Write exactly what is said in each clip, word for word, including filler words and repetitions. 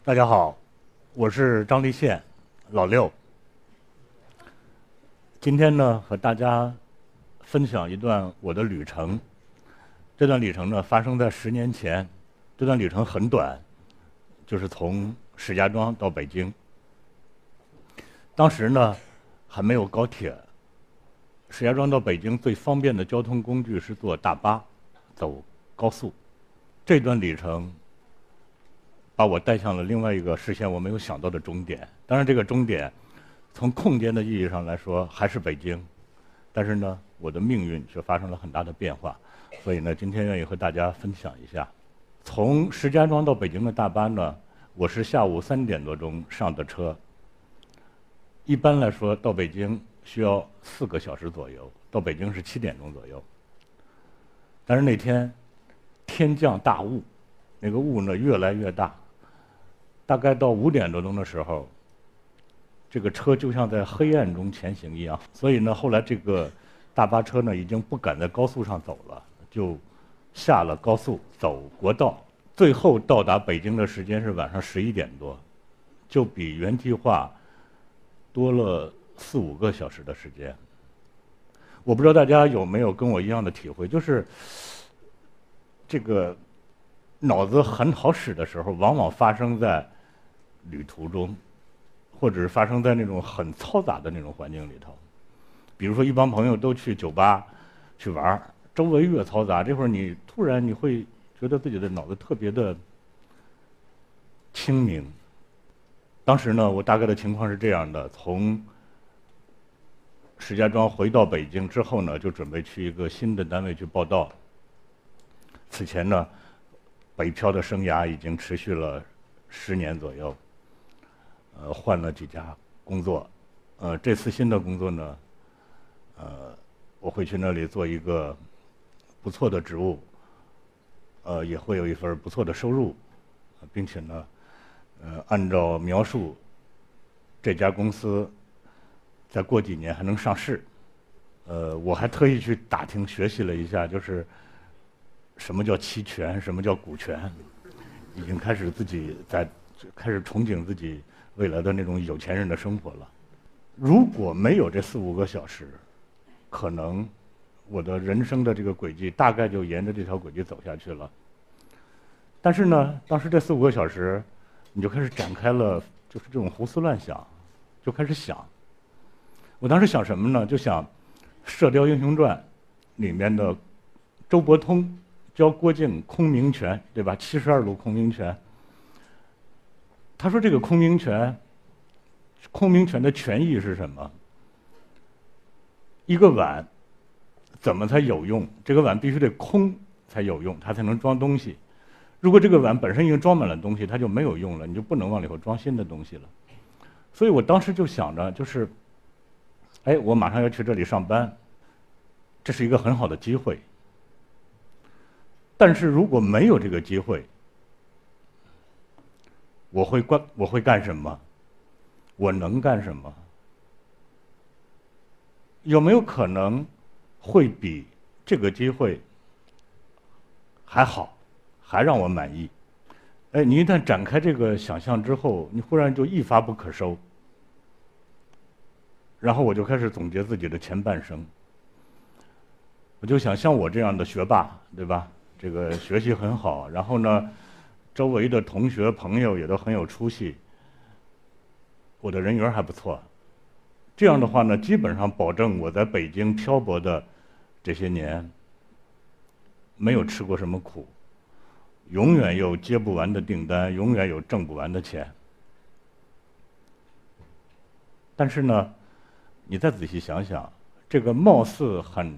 大家好，我是张立宪，老六。今天呢，和大家分享一段我的旅程。这段旅程呢，发生在十年前。这段旅程很短，就是从石家庄到北京。当时呢，还没有高铁。石家庄到北京最方便的交通工具是坐大巴，走高速。这段旅程把我带向了另外一个事先我没有想到的终点。当然，这个终点从空间的意义上来说还是北京，但是呢，我的命运却发生了很大的变化。所以呢，今天愿意和大家分享一下。从石家庄到北京的大巴呢，我是下午三点多钟上的车。一般来说，到北京需要四个小时左右，到北京是七点钟左右。但是那天天降大雾，那个雾呢越来越大，大概到五点多钟的时候，这个车就像在黑暗中前行一样。所以呢，后来这个大巴车呢已经不敢在高速上走了，就下了高速走国道，最后到达北京的时间是晚上十一点多，就比原计划多了四五个小时的时间。我不知道大家有没有跟我一样的体会，就是这个脑子很好使的时候，往往发生在旅途中，或者是发生在那种很嘈杂的那种环境里头。比如说，一帮朋友都去酒吧去玩，周围越嘈杂，这会儿你突然你会觉得自己的脑子特别的清明。当时呢，我大概的情况是这样的：从石家庄回到北京之后呢，就准备去一个新的单位去报到。此前呢，北漂的生涯已经持续了十年左右，呃，换了几家工作，呃，这次新的工作呢，呃，我会去那里做一个不错的职务，呃，也会有一份不错的收入，并且呢，呃，按照描述，这家公司再过几年还能上市，呃，我还特意去打听学习了一下，就是什么叫期权，什么叫股权，已经开始自己在开始憧憬自己未来的那种有钱人的生活了。如果没有这四五个小时，可能我的人生的这个轨迹大概就沿着这条轨迹走下去了。但是呢，当时这四五个小时，你就开始展开了，就是这种胡思乱想，就开始想。我当时想什么呢？就想《射雕英雄传》里面的周伯通教郭靖空明拳，对吧？七十二路空明拳。他说这个空明拳，空明拳的拳意是什么？一个碗怎么才有用？这个碗必须得空才有用，它才能装东西。如果这个碗本身已经装满了东西，它就没有用了，你就不能往里头装新的东西了。所以我当时就想着，就是，哎，我马上要去这里上班，这是一个很好的机会。但是如果没有这个机会，我会干我会干什么？我能干什么？有没有可能会比这个机会还好，还让我满意？哎，你一旦展开这个想象之后，你忽然就一发不可收。然后我就开始总结自己的前半生。我就想，像我这样的学霸，对吧？这个学习很好，然后呢，周围的同学朋友也都很有出息，我的人缘还不错。这样的话呢，基本上保证我在北京漂泊的这些年没有吃过什么苦，永远有接不完的订单，永远有挣不完的钱。但是呢，你再仔细想想，这个貌似很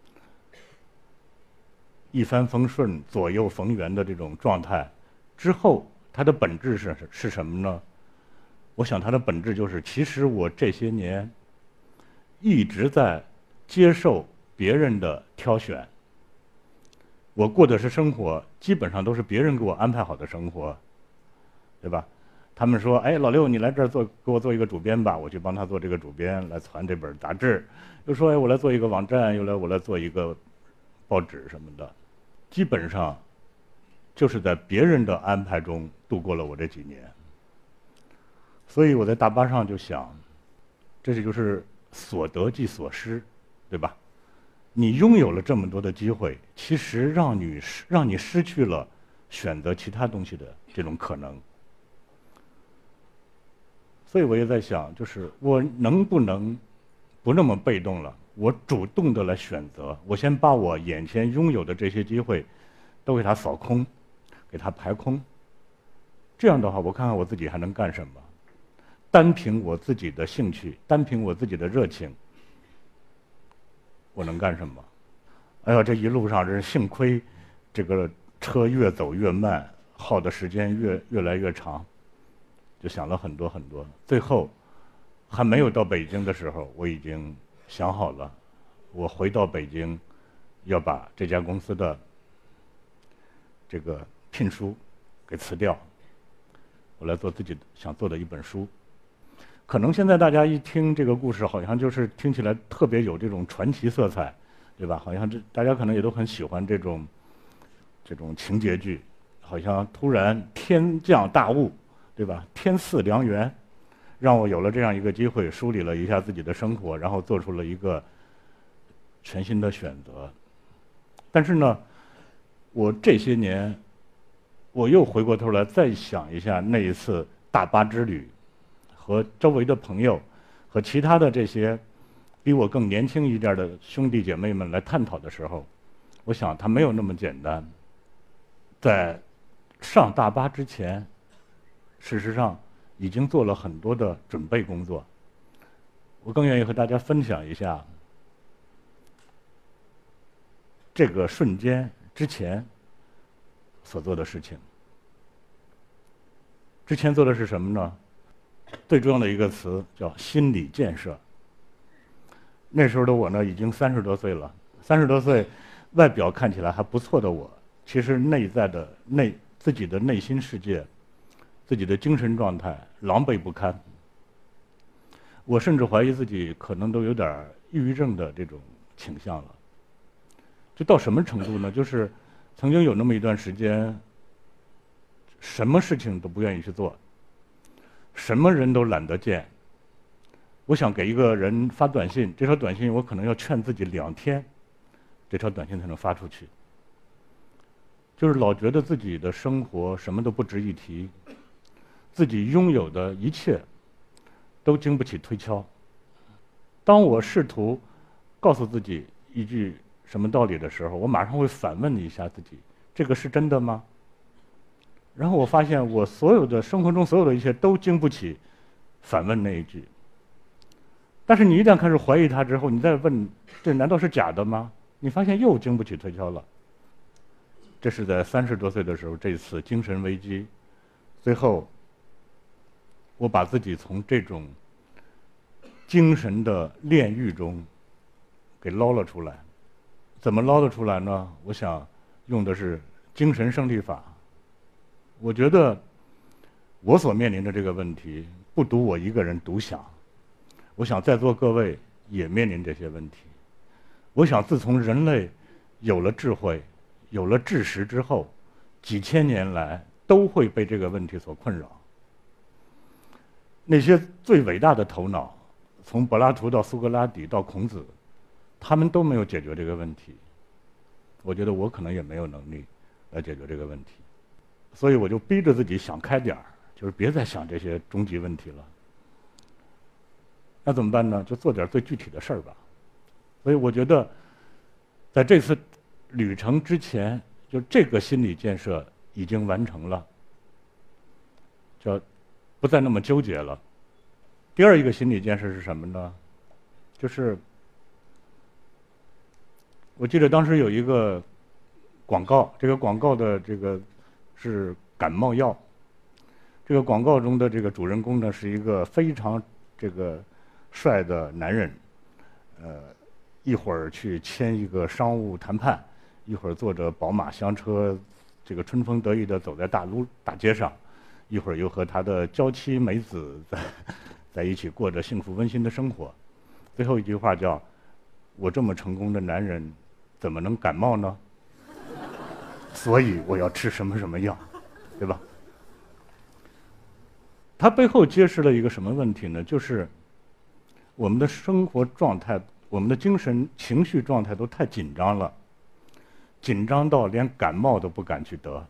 一帆风顺、左右逢源的这种状态之后，它的本质是是什么呢？我想它的本质就是，其实我这些年一直在接受别人的挑选，我过的是生活，基本上都是别人给我安排好的生活，对吧？他们说：“哎，老六，你来这儿做，给我做一个主编吧。”我去帮他做这个主编，来传这本杂志。又说：“哎，我来做一个网站，又来我来做一个报纸什么的。”基本上就是在别人的安排中度过了我这几年。 所以我在大巴上就想，这就是所得即所失，对吧？你拥有了这么多的机会，其实让你让你失去了选择其他东西的这种可能。所以我也在想，就是我能不能不那么被动了？我主动的来选择，我先把我眼前拥有的这些机会都给它扫空，给它排空。这样的话，我看看我自己还能干什么？单凭我自己的兴趣，单凭我自己的热情，我能干什么？哎呀，这一路上真是幸亏，这个车越走越慢，耗的时间越越来越长，就想了很多很多。最后，还没有到北京的时候，我已经想好了，我回到北京，要把这家公司的这个聘书给辞掉，我来做自己想做的一本书。可能现在大家一听这个故事，好像就是听起来特别有这种传奇色彩，对吧？好像这大家可能也都很喜欢这种这种情节剧，好像突然天降大雾，对吧？天赐良缘，让我有了这样一个机会，梳理了一下自己的生活，然后做出了一个全新的选择。但是呢，我这些年，我又回过头来再想一下那一次大巴之旅。和周围的朋友，和其他的这些比我更年轻一点的兄弟姐妹们来探讨的时候，我想它没有那么简单。在上大巴之前，事实上已经做了很多的准备工作。我更愿意和大家分享一下这个瞬间之前所做的事情。之前做的是什么呢？最重要的一个词叫心理建设。那时候的我呢，已经三十多岁了。三十多岁，外表看起来还不错的我，其实内在的内自己的内心世界，自己的精神状态狼狈不堪。我甚至怀疑自己可能都有点抑郁症的这种倾向了。就到什么程度呢？就是曾经有那么一段时间，什么事情都不愿意去做。什么人都懒得见。我想给一个人发短信，这条短信我可能要劝自己两天，这条短信才能发出去。就是老觉得自己的生活什么都不值一提，自己拥有的一切都经不起推敲。当我试图告诉自己一句什么道理的时候，我马上会反问一下自己：这个是真的吗？然后我发现，我所有的生活中所有的一切都经不起反问那一句。但是你一旦开始怀疑它之后，你再问，这难道是假的吗？你发现又经不起推敲了。这是在三十多岁的时候，这次精神危机，最后我把自己从这种精神的炼狱中给捞了出来。怎么捞得出来呢？我想用的是精神胜利法。我觉得我所面临的这个问题不独我一个人独享，我想在座各位也面临这些问题。我想自从人类有了智慧、有了知识之后，几千年来都会被这个问题所困扰。那些最伟大的头脑，从柏拉图到苏格拉底到孔子，他们都没有解决这个问题。我觉得我可能也没有能力来解决这个问题。所以我就逼着自己想开点儿，就是别再想这些终极问题了。那怎么办呢？就做点最具体的事儿吧。所以我觉得，在这次旅程之前，就这个心理建设已经完成了，就不再那么纠结了。第二一个心理建设是什么呢？就是我记得当时有一个广告，这个广告的这个是感冒药。这个广告中的这个主人公呢，是一个非常这个帅的男人，呃，一会儿去签一个商务谈判，一会儿坐着宝马香车，这个春风得意地走在大路大街上，一会儿又和他的娇妻美子在在一起过着幸福温馨的生活。最后一句话叫：“我这么成功的男人，怎么能感冒呢？所以我要吃什么什么药，对吧？” 它背后揭示了一个什么问题呢？就是我们的生活状态，我们的精神情绪状态都太紧张了，紧张到连感冒都不敢去得。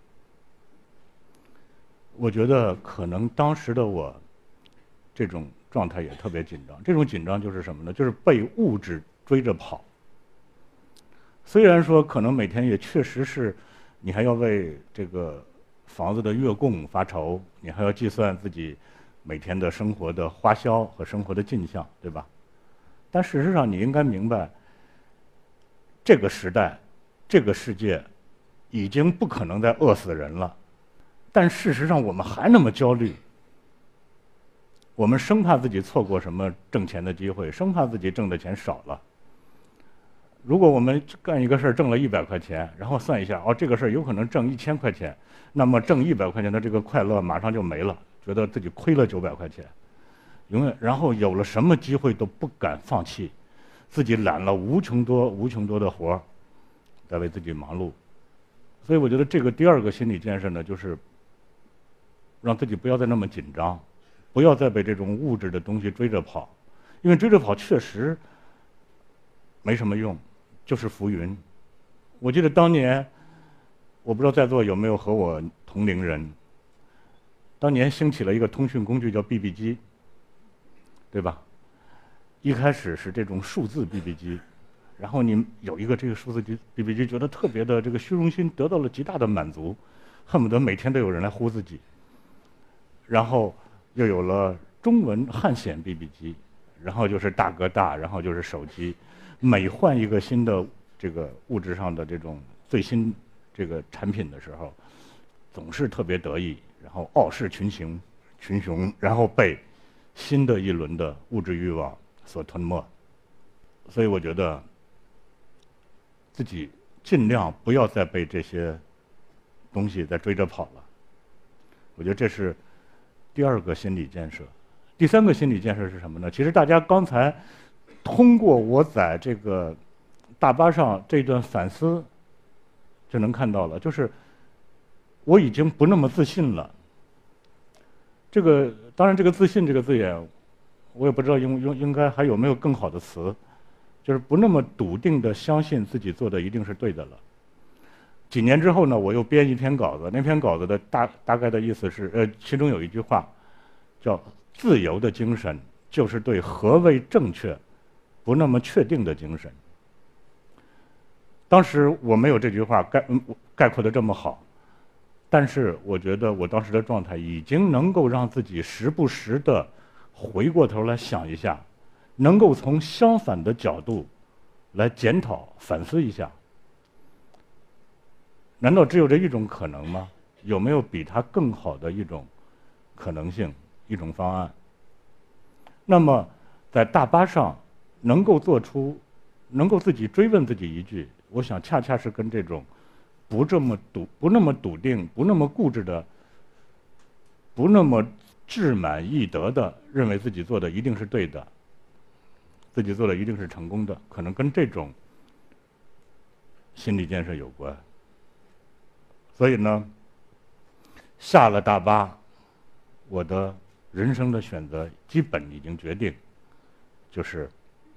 我觉得可能当时的我，这种状态也特别紧张。这种紧张就是什么呢？就是被物质追着跑。虽然说可能每天也确实是，你还要为这个房子的月供发愁，你还要计算自己每天的生活的花销和生活的进项，对吧？但事实上，你应该明白，这个时代，这个世界，已经不可能再饿死人了。但事实上，我们还那么焦虑。我们生怕自己错过什么挣钱的机会，生怕自己挣的钱少了。如果我们干一个事儿挣了一百块钱，然后算一下，哦，这个事儿有可能挣一千块钱，那么挣一百块钱的这个快乐马上就没了，觉得自己亏了九百块钱，永远，然后有了什么机会都不敢放弃，自己揽了无穷多无穷多的活儿，在为自己忙碌。所以我觉得这个第二个心理建设呢，就是让自己不要再那么紧张，不要再被这种物质的东西追着跑，因为追着跑确实没什么用，就是浮云。我记得当年，我不知道在座有没有和我同龄人，当年兴起了一个通讯工具叫 B B 机，对吧？一开始是这种数字 B B 机，然后你有一个这个数字 B B 机，觉得特别的这个虚荣心得到了极大的满足，恨不得每天都有人来呼自己。然后又有了中文汉显 B B 机，然后就是大哥大，然后就是手机。每换一个新的这个物质上的这种最新这个产品的时候，总是特别得意，然后傲视群雄，群雄，然后被新的一轮的物质欲望所吞没。所以我觉得自己尽量不要再被这些东西再追着跑了。我觉得这是第二个心理建设。第三个心理建设是什么呢？其实大家刚才通过我在这个大巴上这段反思就能看到了，就是我已经不那么自信了。这个当然，这个自信这个字眼，我也不知道应应应该还有没有更好的词，就是不那么笃定的相信自己做的一定是对的了。几年之后呢，我又编一篇稿子，那篇稿子的大大概的意思是，呃，其中有一句话，叫“自由的精神就是对何谓正确不那么确定的精神”。当时我没有这句话概概括的这么好，但是我觉得我当时的状态已经能够让自己时不时的回过头来想一下，能够从相反的角度来检讨反思一下。难道只有这一种可能吗？有没有比它更好的一种可能性、一种方案？那么，在大巴上能够做出，能够自己追问自己一句，我想恰恰是跟这种不这么笃、不那么笃定、不那么固执的、不那么志满意得的认为自己做的一定是对的，自己做的一定是成功的，可能跟这种心理建设有关。所以呢，下了大巴，我的人生的选择基本已经决定，就是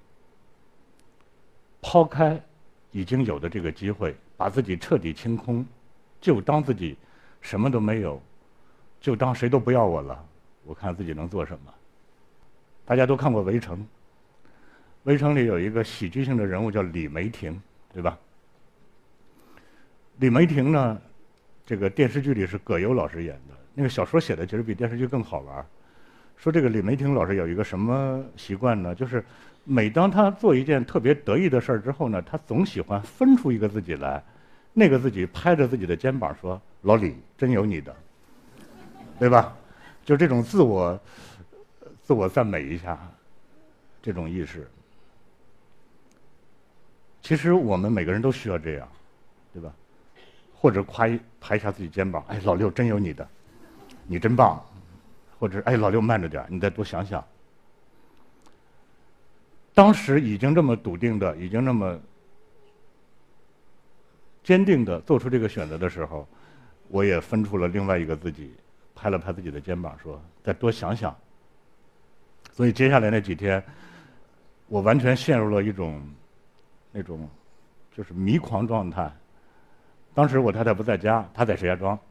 抛开已经有的这个机会，把自己彻底清空，就当自己什么都没有，就当谁都不要我了，我看自己能做什么。大家都看过《围城》，《围城》里有一个喜剧性的人物叫李梅婷，对吧？李梅婷呢，这个电视剧里是葛优老师演的，那个小说写的其实比电视剧更好玩。说这个李梅婷老师有一个什么习惯呢？就是每当他做一件特别得意的事儿之后呢，他总喜欢分出一个自己来，那个自己拍着自己的肩膀说：“老李，真有你的，对吧？”就这种自我自我赞美一下，这种意识。其实我们每个人都需要这样，对吧？或者夸一拍一下自己肩膀，哎，老六真有你的，你真棒，或者哎，老六慢着点，你再多想想。当时已经这么笃定的，已经那么坚定的做出这个选择的时候，我也分出了另外一个自己， 拍了拍自己的肩膀说：“再多想想。”所以接下来那几天，我完全陷入了一种那种就是迷狂状态。当时我太太不在家，她在石家庄，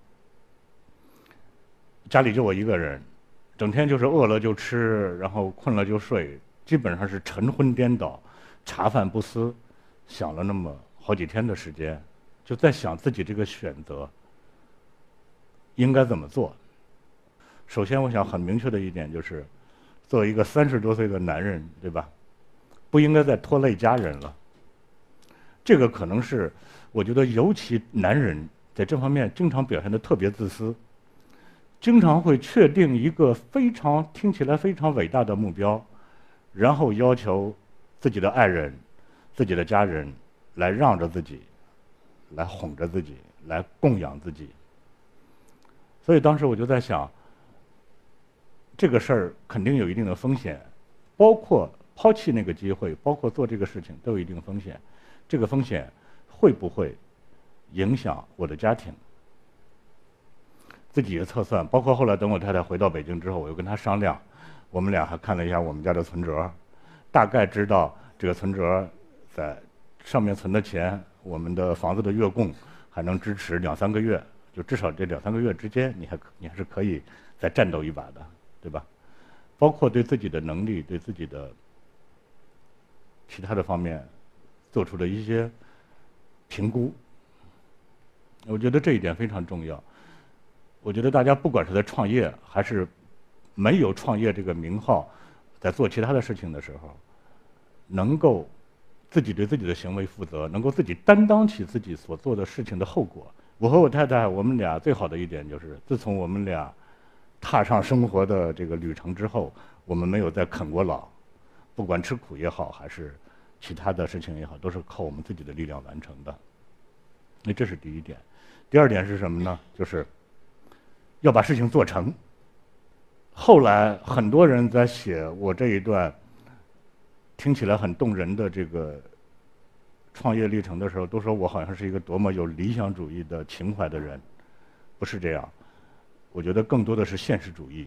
家里就我一个人，整天就是饿了就吃，然后困了就睡，基本上是晨昏颠倒，茶饭不思，想了那么好几天的时间，就在想自己这个选择应该怎么做。首先，我想很明确的一点就是，作为一个三十多岁的男人，对吧？不应该再拖累家人了。这个可能是我觉得，尤其男人在这方面经常表现得特别自私，经常会确定一个非常听起来非常伟大的目标，然后要求自己的爱人、自己的家人来让着自己，来哄着自己，来供养自己。所以当时我就在想，这个事儿肯定有一定的风险，包括抛弃那个机会，包括做这个事情都有一定风险。这个风险会不会影响我的家庭？自己也测算，包括后来等我太太回到北京之后，我又跟她商量，我们俩还看了一下我们家的存折，大概知道这个存折在上面存的钱，我们的房子的月供还能支持两三个月，就至少这两三个月之间，你还你还是可以再战斗一把的，对吧？包括对自己的能力、对自己的其他的方面做出的一些评估，我觉得这一点非常重要。我觉得大家不管是在创业还是没有创业这个名号，在做其他的事情的时候，能够自己对自己的行为负责，能够自己担当起自己所做的事情的后果。我和我太太，我们俩最好的一点就是，自从我们俩踏上生活的这个旅程之后，我们没有再啃过老，不管吃苦也好，还是其他的事情也好，都是靠我们自己的力量完成的。那这是第一点。第二点是什么呢？就是要把事情做成。后来很多人在写我这一段听起来很动人的这个创业历程的时候，都说我好像是一个多么有理想主义的情怀的人。不是这样，我觉得更多的是现实主义。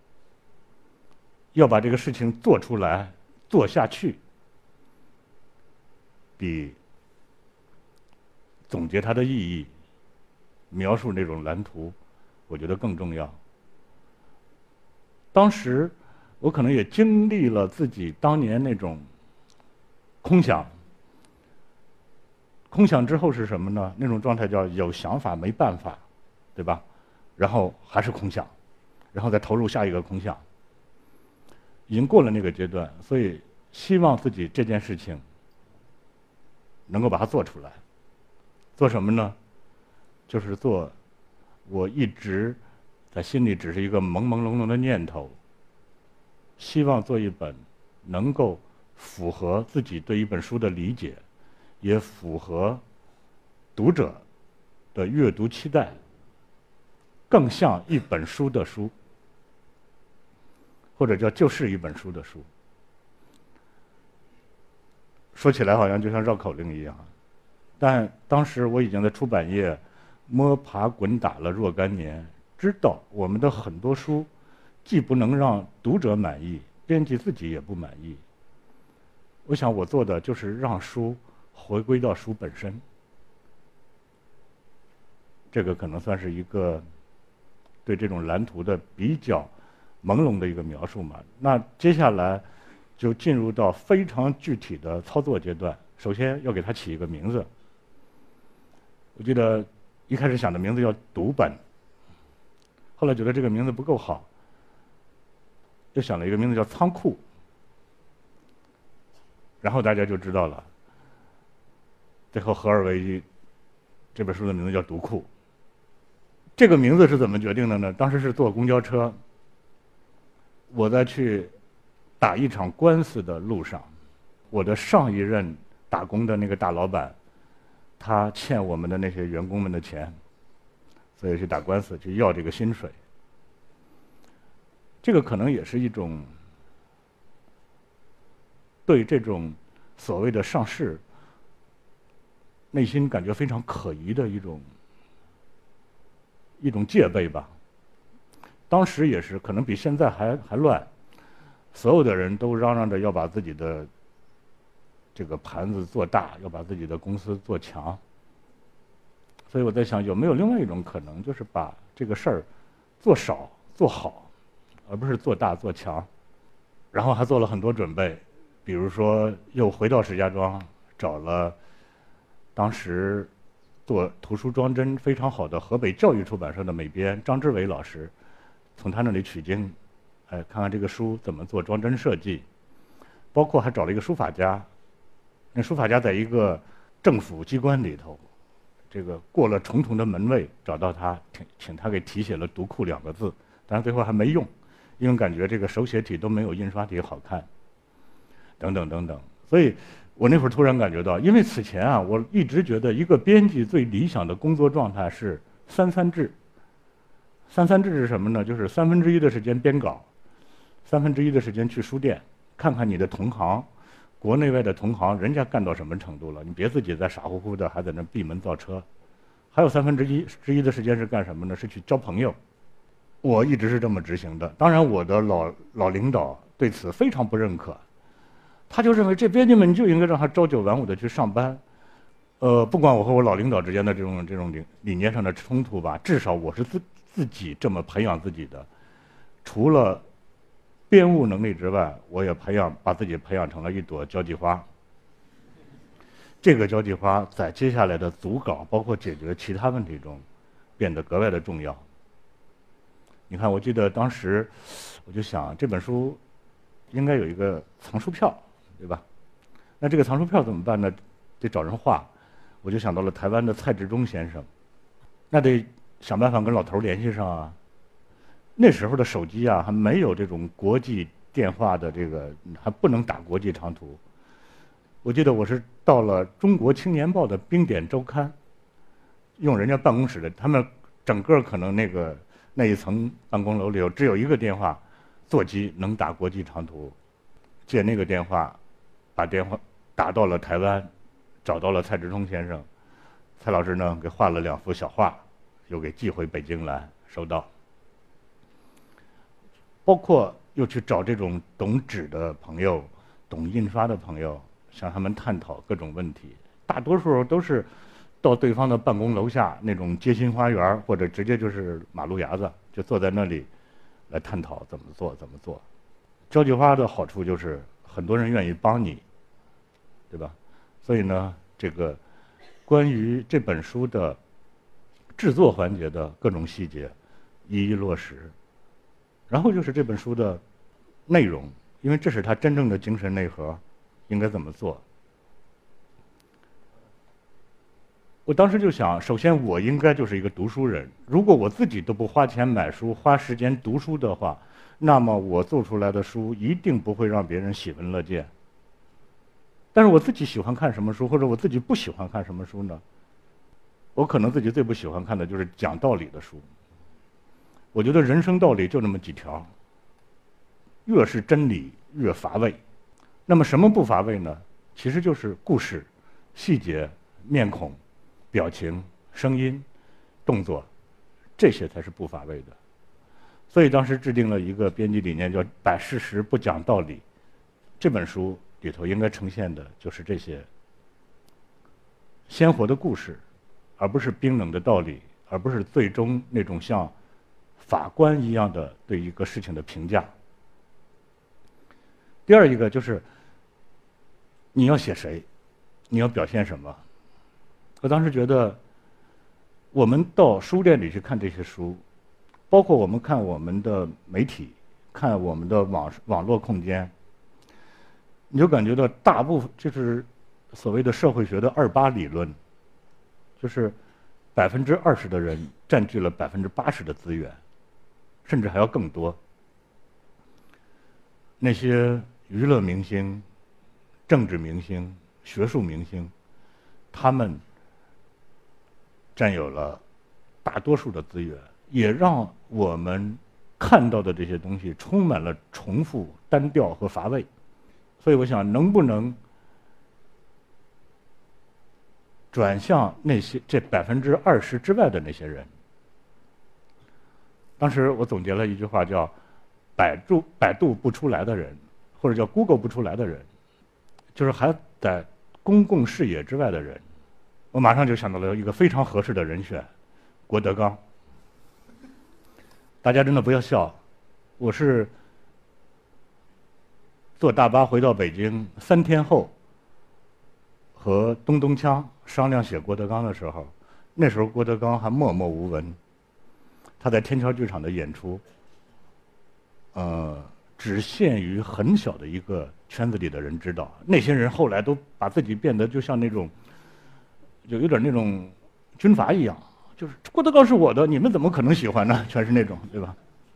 要把这个事情做出来、做下去，比总结它的意义、描述那种蓝图，我觉得更重要。当时我可能也经历了自己当年那种空想。空想之后是什么呢？那种状态叫有想法没办法，对吧？然后还是空想，然后再投入下一个空想。已经过了那个阶段，所以希望自己这件事情能够把它做出来。做什么呢？就是做我一直在心里只是一个朦朦胧胧的念头，希望做一本能够符合自己对一本书的理解，也符合读者的阅读期待，更像一本书的书，或者叫就是一本书的书。说起来好像就像绕口令一样，但当时我已经在出版业摸爬滚打了若干年，知道我们的很多书既不能让读者满意，编辑自己也不满意。我想我做的就是让书回归到书本身，这个可能算是一个对这种蓝图的比较朦胧的一个描述嘛。那接下来就进入到非常具体的操作阶段。首先要给它起一个名字，我记得一开始想的名字叫读本，后来觉得这个名字不够好，又想了一个名字叫仓库，然后大家就知道了，最后合二为一，这本书的名字叫读库。这个名字是怎么决定的呢？当时是坐公交车，我在去打一场官司的路上，我的上一任打工的那个大老板，他欠我们的那些员工们的钱，所以去打官司去要这个薪水。这个可能也是一种对这种所谓的上市内心感觉非常可疑的一种一种戒备吧。 当时也是可能比现在还还乱，所有的人都嚷嚷着要把自己的这个盘子做大，要把自己的公司做强。所以我在想，有没有另外一种可能，就是把这个事儿做少做好，而不是做大做强。然后还做了很多准备，比如说又回到石家庄，找了当时做图书装帧非常好的河北教育出版社的美编张志伟老师，从他那里取经，哎，看看这个书怎么做装帧设计。包括还找了一个书法家，那书法家在一个政府机关里头，这个过了重重的门卫，找到他，请请他给题写了“读库”两个字，但是最后还没用，因为感觉这个手写体都没有印刷体好看，等等等等。所以我那会儿突然感觉到，因为此前啊，我一直觉得一个编辑最理想的工作状态是三三制。三三制是什么呢？就是三分之一的时间编稿，三分之一的时间去书店，看看你的同行，国内外的同行，人家干到什么程度了？你别自己在傻乎乎的还在那闭门造车。还有三分之一之一的时间是干什么呢？是去交朋友。我一直是这么执行的。当然，我的老老领导对此非常不认可，他就认为这编辑们就应该让他朝九晚五的去上班。呃，不管我和我老领导之间的这种这种理理念上的冲突吧，至少我是自自己这么培养自己的。除了编务能力之外，我也培养把自己培养成了一朵交际花。这个交际花在接下来的组稿，包括解决其他问题中，变得格外的重要。你看，我记得当时我就想，这本书应该有一个藏书票，对吧？那这个藏书票怎么办呢？得找人画。我就想到了台湾的蔡志忠先生，那得想办法跟老头联系上啊。那时候的手机啊，还没有这种国际电话的这个，还不能打国际长途。我记得我是到了《中国青年报》的冰点周刊，用人家办公室的，他们整个可能那个那一层办公楼里有只有一个电话座机能打国际长途，借那个电话把电话打到了台湾，找到了蔡志忠先生，蔡老师呢给画了两幅小画，又给寄回北京来，收到。包括又去找这种懂纸的朋友、懂印刷的朋友，向他们探讨各种问题。大多数都是到对方的办公楼下那种街心花园，或者直接就是马路牙子，就坐在那里来探讨怎么做怎么做。交际花的好处就是很多人愿意帮你，对吧？所以呢，这个关于这本书的制作环节的各种细节一一落实。然后就是这本书的内容，因为这是它真正的精神内核，应该怎么做？我当时就想，首先我应该就是一个读书人。如果我自己都不花钱买书、花时间读书的话，那么我做出来的书一定不会让别人喜闻乐见。但是我自己喜欢看什么书，或者我自己不喜欢看什么书呢？我可能自己最不喜欢看的就是讲道理的书。我觉得人生道理就那么几条，越是真理越乏味。那么什么不乏味呢？其实就是故事、细节、面孔、表情、声音、动作，这些才是不乏味的。所以当时制定了一个编辑理念，叫摆事实不讲道理。这本书里头应该呈现的就是这些鲜活的故事，而不是冰冷的道理，而不是最终那种像法官一样的对一个事情的评价。第二一个就是你要写谁，你要表现什么。我当时觉得，我们到书店里去看这些书，包括我们看我们的媒体，看我们的网网络空间，你就感觉到大部分就是所谓的社会学的二八理论，就是百分之二十的人占据了百分之八十的资源。甚至还要更多。那些娱乐明星、政治明星、学术明星，他们占有了大多数的资源，也让我们看到的这些东西充满了重复、单调和乏味。所以我想，能不能转向那些这百分之二十之外的那些人？ 当时我总结了一句话，叫“百度百度不出来的人”，或者叫 Google 不出来的人，就是还在公共视野之外的人。我马上就想到了一个非常合适的人选，郭德纲。大家真的不要笑，我是坐大巴回到北京三天后，和东东锵商量写郭德纲的时候，那时候郭德纲还默默无闻，他在天桥剧场的演出，呃，只限于很小的一个圈子里的人知道。那些人后来都把自己变得就像那种，就有点那种军阀一样，就是郭德纲是我的，你们怎么可能喜欢呢？全是那种，对吧？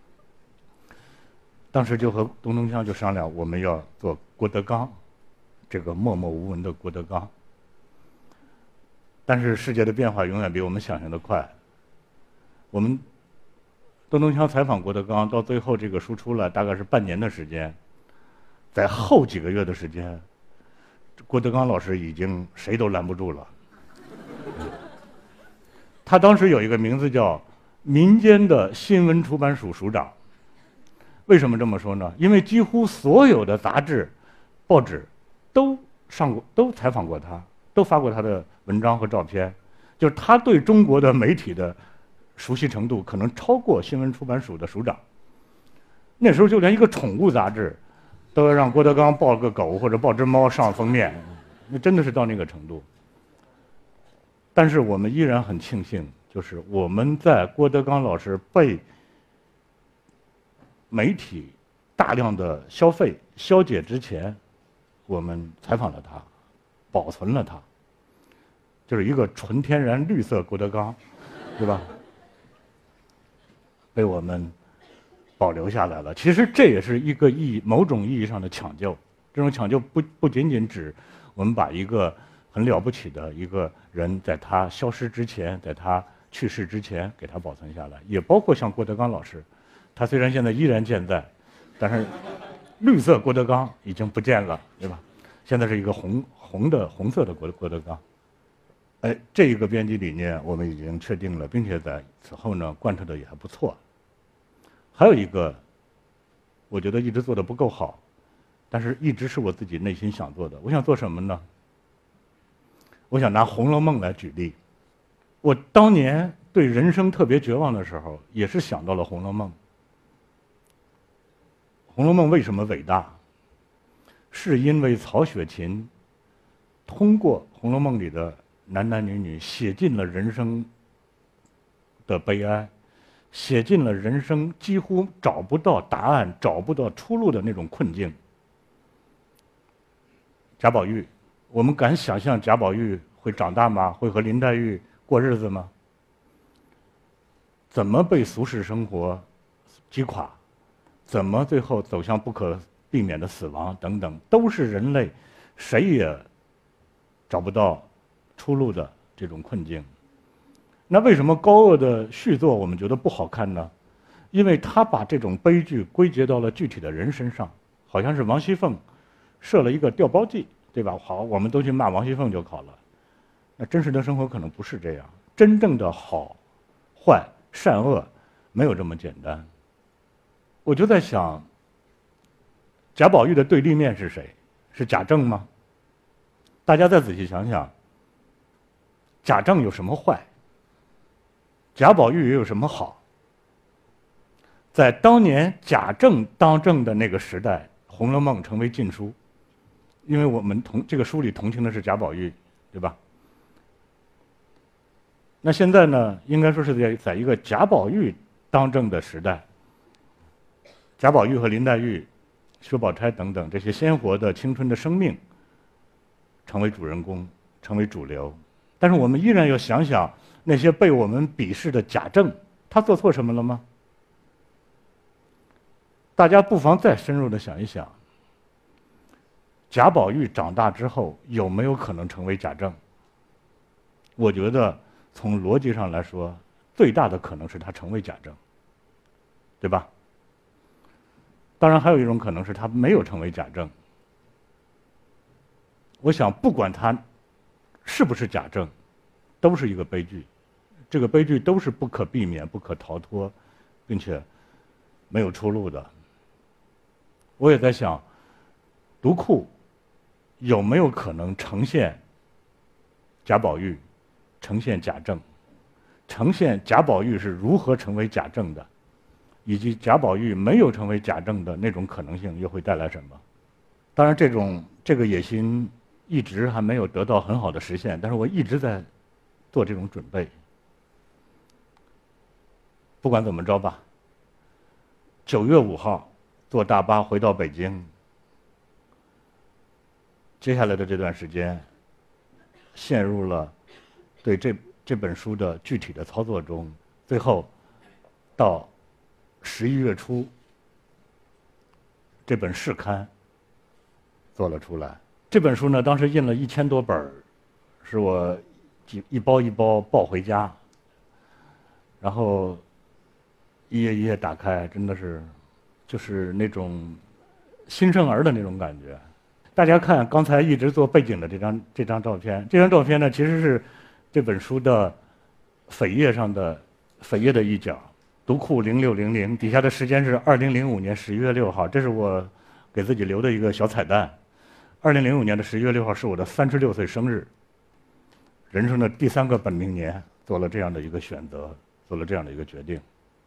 当时就和东东锵就商量，我们要做郭德纲，这个默默无闻的郭德纲。但是世界的变化永远比我们想象的快。我们东东锵采访郭德纲，到最后这个书出来，大概是半年的时间。在后几个月的时间，郭德纲老师已经谁都拦不住了。他当时有一个名字叫民间的新闻出版署署长。为什么这么说呢？因为几乎所有的杂志、报纸都上过、都采访过他，都发过他的文章和照片。就是他对中国的媒体的熟悉程度，可能超过新闻出版署的署长。那时候就连一个宠物杂志，都要让郭德纲抱个狗或者抱只猫上封面，那真的是到那个程度。但是我们依然很庆幸，就是我们在郭德纲老师被媒体大量的消费消解之前，我们采访了他，保存了他，就是一个纯天然绿色郭德纲，对吧？被我们保留下来了。其实这也是一个意义，某种意义上的抢救。这种抢救不不仅仅指我们把一个很了不起的一个人，在他消失之前，在他去世之前给他保存下来，也包括像郭德纲老师。他虽然现在依然健在，但是绿色郭德纲已经不见了，对吧？现在是一个红红的红色的郭郭德纲。哎，这一个编辑理念我们已经确定了，并且在此后呢贯彻的也还不错。还有一个，我觉得一直做的不够好，但是一直是我自己内心想做的。我想做什么呢？我想拿《红楼梦》来举例。我当年对人生特别绝望的时候，也是想到了《红楼梦》。《红楼梦》为什么伟大？是因为曹雪芹通过《红楼梦》里的男男女女，写尽了人生的悲哀，写尽了人生几乎找不到答案、找不到出路的那种困境。贾宝玉，我们敢想象贾宝玉会长大吗？会和林黛玉过日子吗？怎么被俗世生活击垮？怎么最后走向不可避免的死亡等等，都是人类谁也找不到出路的这种困境。那为什么高鹗的续作我们觉得不好看呢？因为他把这种悲剧归结到了具体的人身上，好像是王熙凤设了一个调包计，对吧？好，我们都去骂王熙凤就好了。那真实的生活可能不是这样，真正的好、坏、善恶没有这么简单。我就在想，贾宝玉的对立面是谁？是贾政吗？大家再仔细想想，贾政有什么坏？贾宝玉又有什么好？在当年贾政当政的那个时代，《红楼梦》成为禁书，因为我们同这个书里同情的是贾宝玉，对吧？那现在呢，应该说是在在一个贾宝玉当政的时代。贾宝玉和林黛玉、薛宝钗等等这些鲜活的青春的生命，成为主人公，成为主流。但是我们依然要想想那些被我们鄙视的贾政，他做错什么了吗？大家不妨再深入的想一想，贾宝玉长大之后有没有可能成为贾政？我觉得从逻辑上来说，最大的可能是他成为贾政，对吧？当然，还有一种可能是他没有成为贾政。我想，不管他是不是贾政，都是一个悲剧。这个悲剧都是不可避免、不可逃脱， 并且没有出路的。我也在想，读库有没有可能呈现贾宝玉，呈现贾政，呈现贾宝玉是如何成为贾政的，以及贾宝玉没有成为贾政的那种可能性又会带来什么？当然，这种这个野心一直还没有得到很好的实现，但是我一直在做这种准备。不管怎么着吧，九月五号坐大巴回到北京，接下来的这段时间，陷入了对这这本书的具体的操作中，最后到十一月初，这本试刊做了出来。这本书呢，当时印了一千多本儿，是我几一包一包抱回家，然后一页一页打开，真的是就是那种新生儿的那种感觉。大家看刚才一直做背景的这张这张照片，这张照片呢其实是这本书的扉页上的扉页的一角，读库零六零零，底下的时间是二零零五年十一月六号，这是我给自己留的一个小彩蛋。二零零五年的十一月六号是我的三十六岁生日，人生的第三个本命年，做了这样的一个选择，做了这样的一个决定。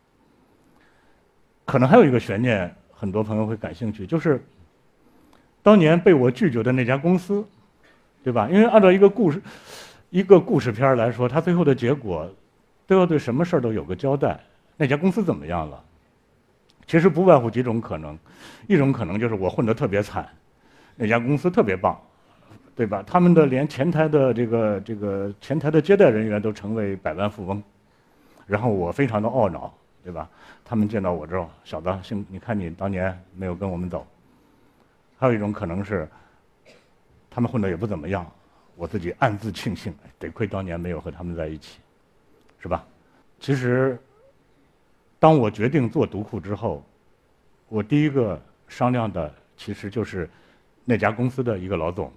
可能还有一个悬念，很多朋友会感兴趣，就是当年被我拒绝的那家公司，对吧？因为按照一个故事，一个故事片来说，它最后的结果都要对什么事儿都有个交代。那家公司怎么样了？其实不外乎几种可能，一种可能就是我混得特别惨，那家公司特别棒，对吧？他们的连前台的这个这个前台的接待人员都成为百万富翁，然后我非常的懊恼，对吧？他们见到我之后，小子，幸你看你当年没有跟我们走。还有一种可能是，他们混得也不怎么样，我自己暗自庆幸，得亏当年没有和他们在一起，是吧？其实，当我决定做读库之后，我第一个商量的其实就是那家公司的一个老总。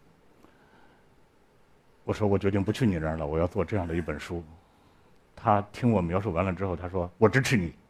我说我决定不去你那儿了，我要做这样的一本书。他听我描述完了之后，他说我支持你。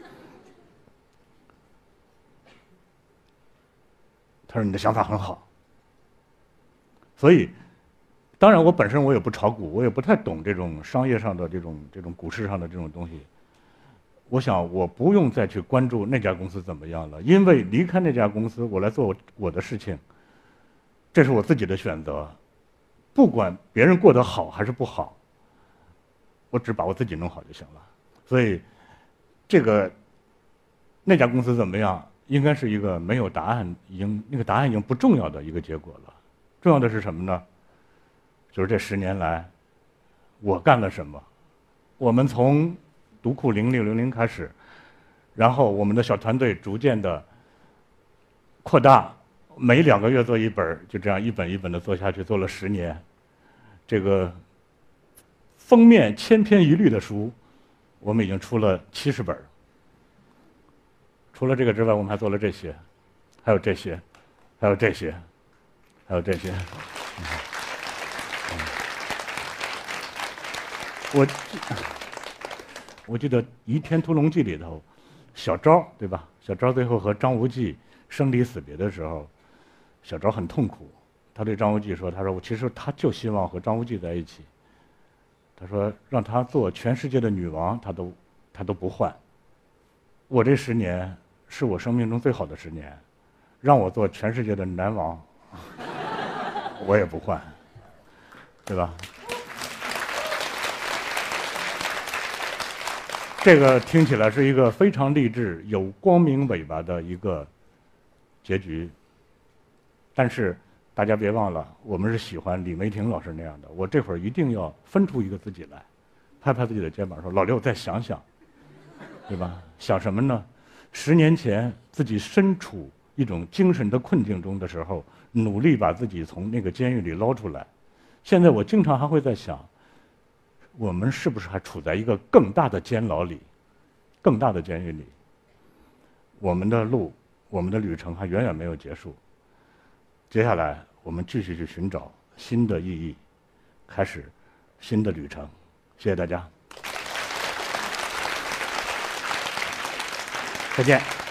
他说你的想法很好。所以，当然我本身我也不炒股，我也不太懂这种商业上的这种这种股市上的这种东西。我想我不用再去关注那家公司怎么样了，因为离开那家公司，我来做我的事情，这是我自己的选择。不管别人过得好还是不好，我只把我自己弄好就行了。所以，这个那家公司怎么样，应该是一个没有答案，已经那个答案已经不重要的一个结果了。重要的是什么呢？就是这十年来，我干了什么？我们从读库零六零零开始，然后我们的小团队逐渐的扩大，每两个月做一本，就这样一本一本的做下去，做了十年。这个封面千篇一律的书，我们已经出了七十本。除了这个之外，我们还做了这些，还有这些，还有这些，还有这些。嗯嗯、我我记得《倚天屠龙记》里头，小昭对吧？小昭最后和张无忌生离死别的时候，小昭很痛苦。他对张无忌说：“他说我其实他就希望和张无忌在一起。他说让他做全世界的女王，他都他都不换。我这十年是我生命中最好的十年，让我做全世界的男王，我也不换，对吧？”这个听起来是一个非常励志、有光明尾巴的一个结局，但是大家别忘了，我们是喜欢李梅婷老师那样的。我这会儿一定要分出一个自己来，拍拍自己的肩膀说：“老六，再想想，对吧？想什么呢？十年前自己身处一种精神的困境中的时候，努力把自己从那个监狱里捞出来。现在我经常还会在想，我们是不是还处在一个更大的监牢里，更大的监狱里？我们的路，我们的旅程还远远没有结束。接下来，我们继续去寻找新的意义，开始新的旅程。谢谢大家。 再见。